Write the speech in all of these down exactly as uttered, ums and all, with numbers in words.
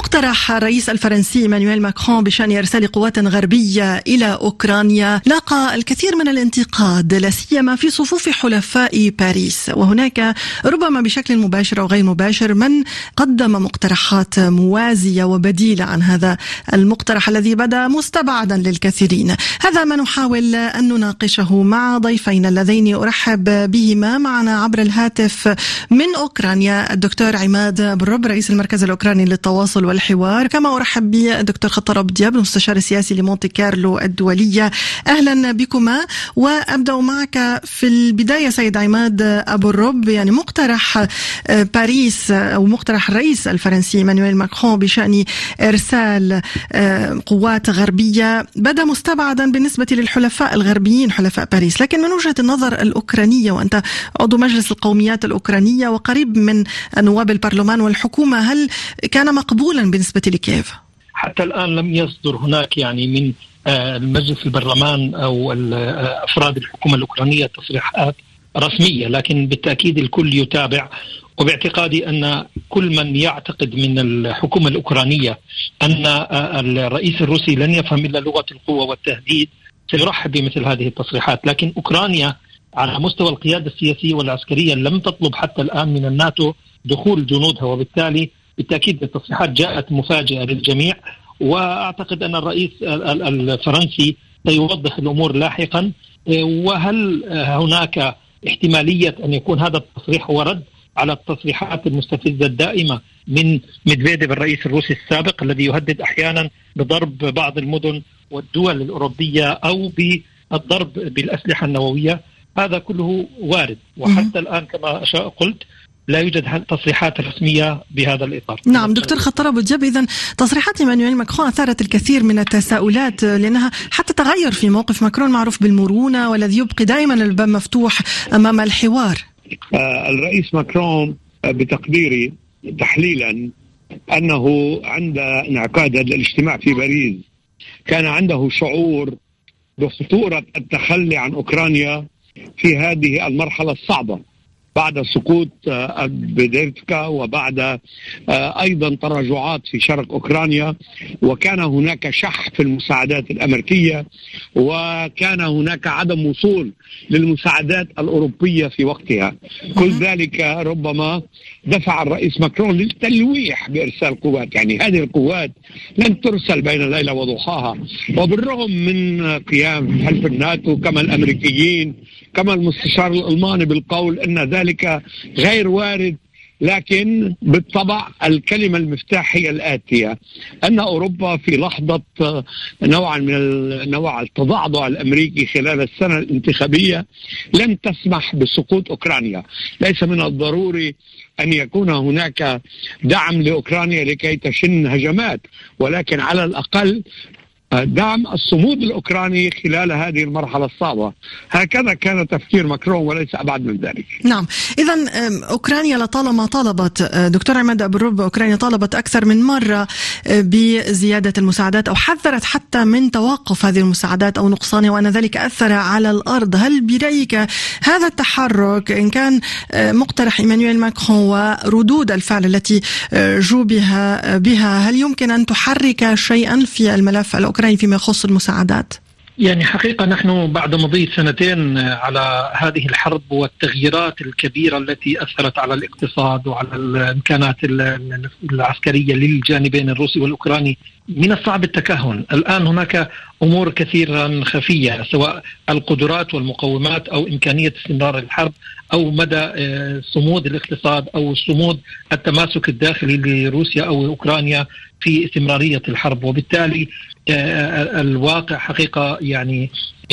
مقترح الرئيس الفرنسي إيمانويل ماكرون بشأن إرسال قوات غربية إلى أوكرانيا لاقى الكثير من الانتقاد، لا سيما في صفوف حلفاء باريس، وهناك ربما بشكل مباشر أو غير مباشر من قدم مقترحات موازية وبديلة عن هذا المقترح الذي بدا مستبعدا للكثيرين. هذا ما نحاول أن نناقشه مع ضيفين اللذين أرحب بهما معنا عبر الهاتف من أوكرانيا، الدكتور عماد أبو الرب رئيس المركز الأوكراني للتواصل والحوار، كما أرحب بالدكتور خطر أبو دياب المستشار السياسي لمونتي كارلو الدولية. أهلا بكما. وأبدأ معك في البداية سيد عماد أبو الرب، يعني مقترح باريس أو مقترح الرئيس الفرنسي إيمانويل ماكرون بشأن إرسال قوات غربية بدا مستبعدا بالنسبة للحلفاء الغربيين حلفاء باريس، لكن من وجهة النظر الأوكرانية وأنت عضو مجلس القوميات الأوكرانية وقريب من نواب البرلمان والحكومة، هل كان مقبولا بالنسبة لكييف؟ حتى الآن لم يصدر هناك يعني من المجلس البرلمان أو أفراد الحكومة الأوكرانية تصريحات رسمية، لكن بالتأكيد الكل يتابع. وباعتقادي أن كل من يعتقد من الحكومة الأوكرانية أن الرئيس الروسي لن يفهم إلا لغة القوة والتهديد سيرحب بمثل هذه التصريحات. لكن أوكرانيا على مستوى القيادة السياسية والعسكرية لم تطلب حتى الآن من الناتو دخول جنودها، وبالتالي بالتأكيد التصريحات جاءت مفاجئة للجميع. وأعتقد أن الرئيس الفرنسي سيوضح الأمور لاحقا. وهل هناك احتمالية أن يكون هذا التصريح هو رد على التصريحات المستفزة الدائمة من ميدفيديف الرئيس الروسي السابق الذي يهدد أحيانا بضرب بعض المدن والدول الأوروبية أو بالضرب بالأسلحة النووية؟ هذا كله وارد، وحتى الآن كما قلت لا يوجد تصريحات رسمية بهذا الإطار. نعم دكتور خطر أبو دياب، إذن تصريحات إيمانويل ماكرون أثارت الكثير من التساؤلات، لأنها حتى تغير في موقف ماكرون معروف بالمرونة والذي يبقي دائما الباب مفتوح أمام الحوار. آه الرئيس ماكرون بتقديري تحليلا أنه عند انعقاد الاجتماع في باريس كان عنده شعور بخطورة التخلي عن أوكرانيا في هذه المرحلة الصعبة بعد سقوط بيدريفكا وبعد أيضا تراجعات في شرق أوكرانيا، وكان هناك شح في المساعدات الأمريكية، وكان هناك عدم وصول للمساعدات الأوروبية في وقتها. كل ذلك ربما دفع الرئيس ماكرون للتلويح بإرسال قوات. يعني هذه القوات لن ترسل بين ليلة وضحاها، وبالرغم من قيام حلف الناتو كما الأمريكيين كما المستشار الألماني بالقول أن ذلك غير وارد، لكن بالطبع الكلمة المفتاح هي الآتية: أن أوروبا في لحظة نوعا من نوع التضعضع الأمريكي خلال السنة الانتخابية لن تسمح بسقوط أوكرانيا. ليس من الضروري أن يكون هناك دعم لأوكرانيا لكي تشن هجمات، ولكن على الأقل دعم الصمود الأوكراني خلال هذه المرحلة الصعبة. هكذا كان تفكير ماكرون وليس أبعد من ذلك. نعم، إذن أوكرانيا لطالما طالبت، دكتور عماد أبو الرب، أوكرانيا طالبت أكثر من مرة بزيادة المساعدات أو حذرت حتى من توقف هذه المساعدات أو نقصانها وأن ذلك أثر على الأرض. هل برأيك هذا التحرك إن كان مقترح إيمانويل ماكرون وردود الفعل التي جوبها بها، هل يمكن أن تحرك شيئا في الملف الأوكراني فيما يخص المساعدات؟ يعني حقيقة نحن بعد مضي سنتين على هذه الحرب والتغييرات الكبيرة التي أثرت على الاقتصاد وعلى الإمكانات العسكرية للجانبين الروسي والأوكراني، من الصعب التكهن. الآن هناك أمور كثيرا خفية، سواء القدرات والمقومات أو إمكانية استمرار الحرب أو مدى صمود الاقتصاد أو صمود التماسك الداخلي لروسيا أو أوكرانيا في استمرارية الحرب. وبالتالي الواقع حقيقة يعني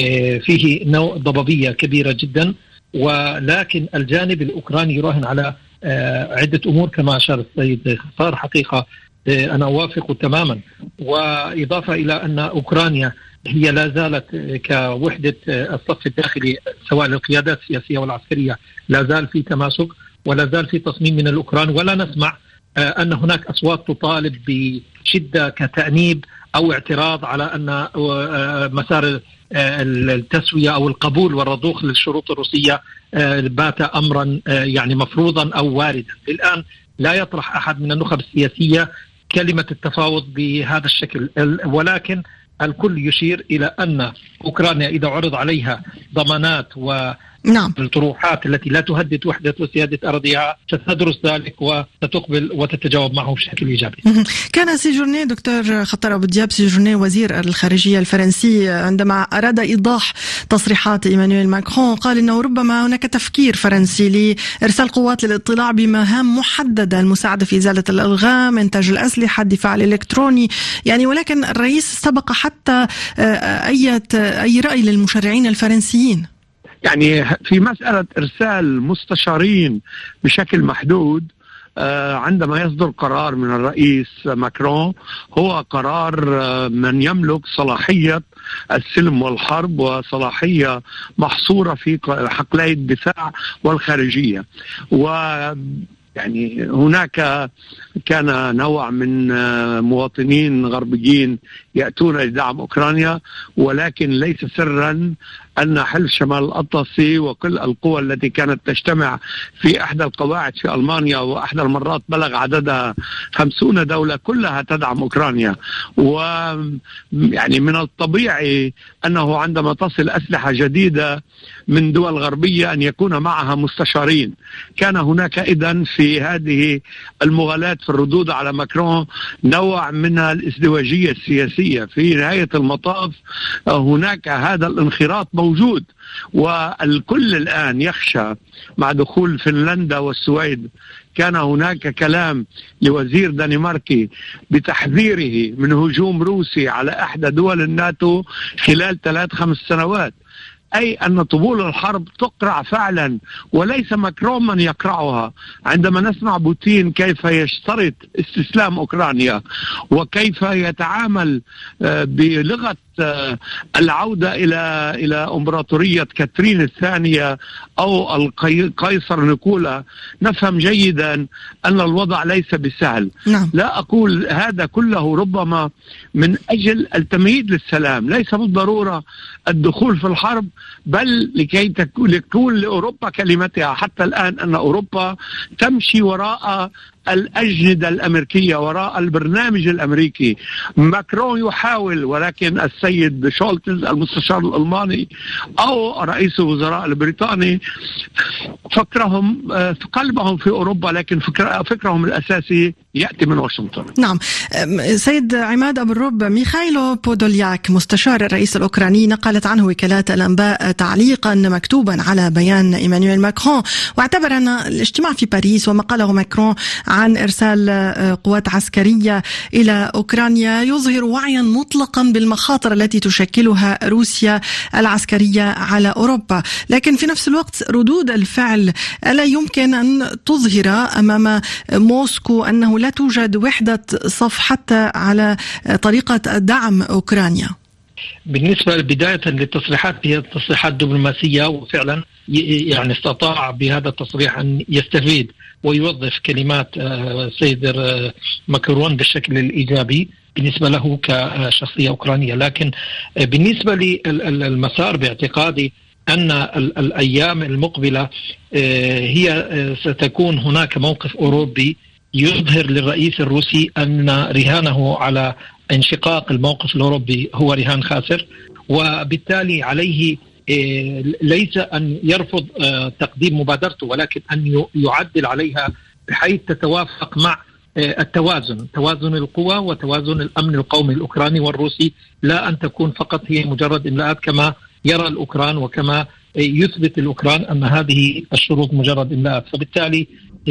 فيه نوع ضبابية كبيرة جدا، ولكن الجانب الأوكراني يراهن على عدة أمور كما أشار السيد خطار. حقيقة أنا أوافق تماما، وإضافة إلى أن أوكرانيا هي لا زالت كوحدة الصف الداخلي سواء القيادات السياسية والعسكرية لا زال في تماسك ولا زال في تصميم من الأوكران، ولا نسمع أن هناك أصوات تطالب بشدة كتأنيب أو اعتراض على أن مسار التسوية أو القبول والرضوخ للشروط الروسية بات أمرا يعني مفروضا أو واردا. الآن لا يطرح أحد من النخب السياسية كلمة التفاوض بهذا الشكل، ولكن الكل يشير إلى أن أوكرانيا إذا عرض عليها ضمانات و نعم. الطروحات التي لا تهدد وحدة وسيادة أراضيها ستدرس ذلك وستقبل وتتجاوب معه بشكل إيجابي. كان سيجورني دكتور خطر أبو دياب سيجورني وزير الخارجية الفرنسي عندما أراد إيضاح تصريحات إيمانويل ماكرون قال إنه ربما هناك تفكير فرنسي لإرسال قوات للاطلاع بمهام محددة، المساعدة في إزالة الألغام، إنتاج الأسلحة، الدفاع الإلكتروني يعني، ولكن الرئيس سبق حتى أي أي رأي للمشرعين الفرنسيين. يعني في مسألة إرسال مستشارين بشكل محدود، عندما يصدر قرار من الرئيس ماكرون هو قرار من يملك صلاحية السلم والحرب وصلاحية محصورة في حقلي الدفاع والخارجية. و يعني هناك كان نوع من مواطنين غربيين يأتون لدعم أوكرانيا، ولكن ليس سرا أن حلف شمال الأطلسي وكل القوى التي كانت تجتمع في إحدى القواعد في ألمانيا، وإحدى المرات بلغ عددها خمسون دولة، كلها تدعم أوكرانيا. ويعني من الطبيعي أنه عندما تصل أسلحة جديدة من دول غربية أن يكون معها مستشارين. كان هناك إذن في هذه المغالاة في الردود على ماكرون نوع من الازدواجية السياسية. في نهاية المطاف هناك هذا الانخراط موجود، والكل الآن يخشى مع دخول فنلندا والسويد. كان هناك كلام لوزير دنماركي بتحذيره من هجوم روسي على إحدى دول الناتو خلال ثلاث خمس سنوات، أي أن طبول الحرب تقرع فعلا وليس ماكرون من يقرعها. عندما نسمع بوتين كيف يشترط استسلام أوكرانيا وكيف يتعامل بلغة العودة إلى إلى إمبراطورية كاترين الثانية أو القيصر نيكولا، نفهم جيدا أن الوضع ليس بسهل. نعم. لا أقول هذا كله ربما من أجل التمهيد للسلام، ليس بالضرورة الدخول في الحرب، بل لكي تكون لأوروبا كلمتها. حتى الآن أن أوروبا تمشي وراء الأجندة الأمريكية، وراء البرنامج الأمريكي. ماكرون يحاول، ولكن السيد شولتز المستشار الألماني أو رئيس الوزراء البريطاني فكرهم في قلبهم في أوروبا، لكن فكر فكرهم الأساسي يأتي من واشنطن. نعم. سيد عماد أبو الرب، ميخايلو بودولياك مستشار الرئيس الأوكراني نقلت عنه وكالات الأنباء تعليقا مكتوبا على بيان إيمانويل ماكرون، واعتبر أن الاجتماع في باريس وما قاله ماكرون عن إرسال قوات عسكرية إلى أوكرانيا يظهر وعيا مطلقا بالمخاطر التي تشكلها روسيا العسكرية على أوروبا، لكن في نفس الوقت ردود الفعل ألا يمكن أن تظهر أمام موسكو أنه لا توجد وحدة صف حتى على طريقة دعم أوكرانيا؟ بالنسبة بداية للتصريحات، هي تصريحات دبلوماسية، وفعلا يعني استطاع بهذا التصريح أن يستفيد ويوظف كلمات السيد ماكرون بالشكل الإيجابي بالنسبة له كشخصية أوكرانية. لكن بالنسبة للمسار باعتقادي أن الأيام المقبلة هي ستكون هناك موقف أوروبي يظهر للرئيس الروسي أن رهانه على انشقاق الموقف الأوروبي هو رهان خاسر، وبالتالي عليه ليس أن يرفض تقديم مبادرته، ولكن أن يعدل عليها بحيث تتوافق مع التوازن، توازن القوى وتوازن الأمن القومي الأوكراني والروسي، لا أن تكون فقط هي مجرد إملاءات كما يرى الأوكران وكما يثبت الأوكران أن هذه الشروط مجرد إملاءات. فبالتالي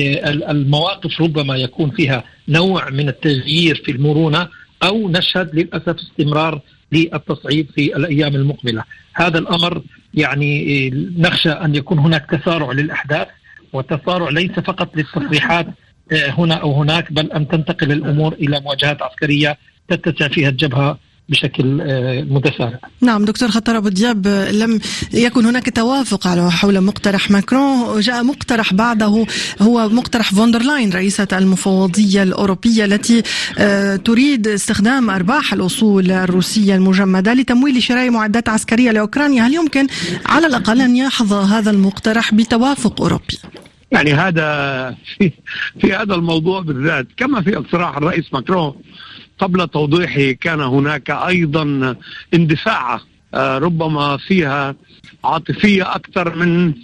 المواقف ربما يكون فيها نوع من التغيير في المرونة، أو نشهد للأسف استمرار للتصعيد في الأيام المقبلة. هذا الأمر يعني نخشى أن يكون هناك تسارع للأحداث، والتسارع ليس فقط للتصريحات هنا أو هناك، بل أن تنتقل الأمور إلى مواجهات عسكرية تتسع فيها الجبهة بشكل متسارع. نعم دكتور خطر أبو دياب، لم يكن هناك توافق على حول مقترح ماكرون، جاء مقترح بعده هو مقترح فوندرلاين رئيسة المفوضية الأوروبية التي تريد استخدام أرباح الأصول الروسية المجمدة لتمويل شراء معدات عسكرية لأوكرانيا. هل يمكن على الأقل أن يحظى هذا المقترح بتوافق أوروبي؟ يعني هذا في, في هذا الموضوع بالذات، كما في اقتراح الرئيس ماكرون قبل توضيحه كان هناك أيضا اندفاع ربما فيها عاطفية أكثر من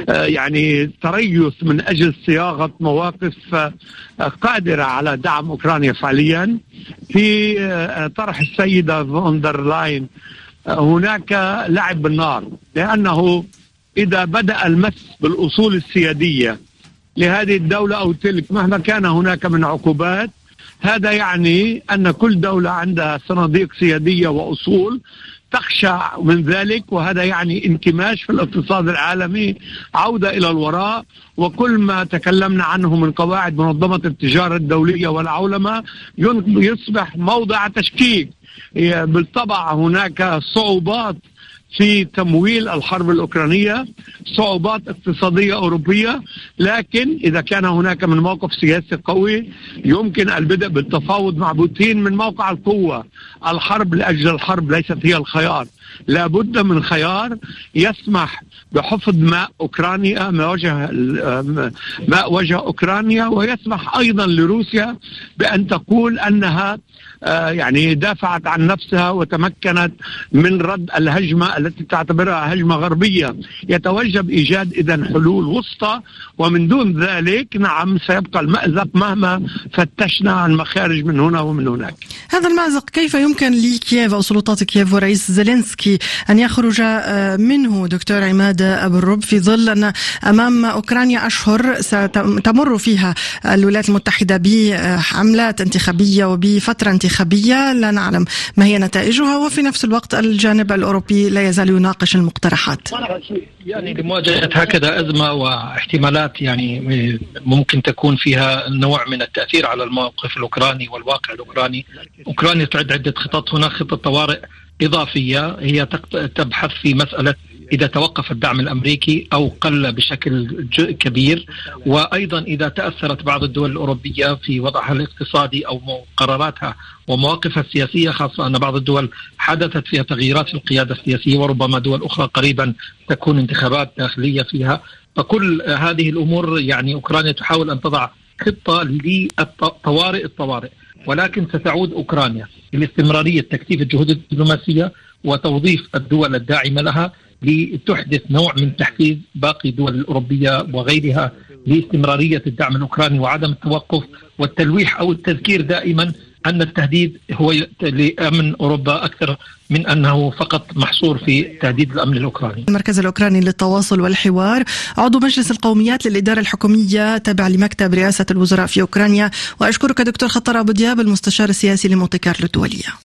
يعني تريث من أجل صياغة مواقف قادرة على دعم أوكرانيا فعليا. في طرح السيدة فون دير لاين هناك لعب بالنار، لأنه إذا بدأ المس بالأصول السيادية لهذه الدولة أو تلك مهما كان هناك من عقوبات، هذا يعني أن كل دولة عندها صناديق سيادية وأصول تخشع من ذلك، وهذا يعني انكماش في الاقتصاد العالمي، عودة إلى الوراء، وكل ما تكلمنا عنه من قواعد منظمة التجارة الدولية والعولمة يصبح موضع تشكيك. بالطبع هناك صعوبات في تمويل الحرب الأوكرانية، صعوبات اقتصادية أوروبية، لكن إذا كان هناك من موقف سياسي قوي يمكن البدء بالتفاوض مع بوتين من موقع القوة. الحرب لأجل الحرب ليست هي الخيار، لا بد من خيار يسمح بحفظ ماء أوكرانيا، ما وجه ماء وجه أوكرانيا، ويسمح أيضا لروسيا بأن تقول أنها يعني دافعت عن نفسها وتمكنت من رد الهجمة التي تعتبرها هجمة غربية. يتوجب إيجاد إذن حلول وسطى، ومن دون ذلك نعم سيبقى المأزق مهما فتشنا عن مخارج من هنا ومن هناك. هذا المأزق كيف يمكن لكييف أو سلطات كييف ورئيس زيلينسكي أن يخرج منه دكتور عماد أبو الرب، في ظل أن أمام أوكرانيا أشهر ستمر فيها الولايات المتحدة بحملات انتخابية وبفترة انتخابية لا نعلم ما هي نتائجها، وفي نفس الوقت الجانب الأوروبي لا يزال يناقش المقترحات؟ يعني لمواجهة هكذا أزمة واحتمالات يعني ممكن تكون فيها نوع من التأثير على الموقف الأوكراني والواقع الأوكراني، أوكرانيا تعد عدة خطط. هناك خطة طوارئ إضافية هي تبحث في مسألة إذا توقف الدعم الأمريكي أو قل بشكل كبير، وأيضا إذا تأثرت بعض الدول الأوروبية في وضعها الاقتصادي أو قراراتها ومواقفها السياسية، خاصة أن بعض الدول حدثت فيها تغييرات في القيادة السياسية، وربما دول أخرى قريبا تكون انتخابات داخلية فيها. فكل هذه الأمور يعني أوكرانيا تحاول أن تضع خطة للطوارئ الطوارئ، ولكن ستعود أوكرانيا لاستمرارية تكثيف الجهود الدبلوماسية وتوظيف الدول الداعمة لها لتحدث نوع من تحفيز باقي الدول الأوروبية وغيرها لاستمرارية الدعم الأوكراني وعدم التوقف والتلويح أو التذكير دائما أن التهديد هو لأمن أوروبا أكثر من أنه فقط محصور في تهديد الأمن الأوكراني. المركز الأوكراني للتواصل والحوار، عضو مجلس القوميات للإدارة الحكومية تابع لمكتب رئاسة الوزراء في أوكرانيا، وأشكرك دكتور خطر أبو دياب المستشار السياسي لمونتي كارلو الدولية.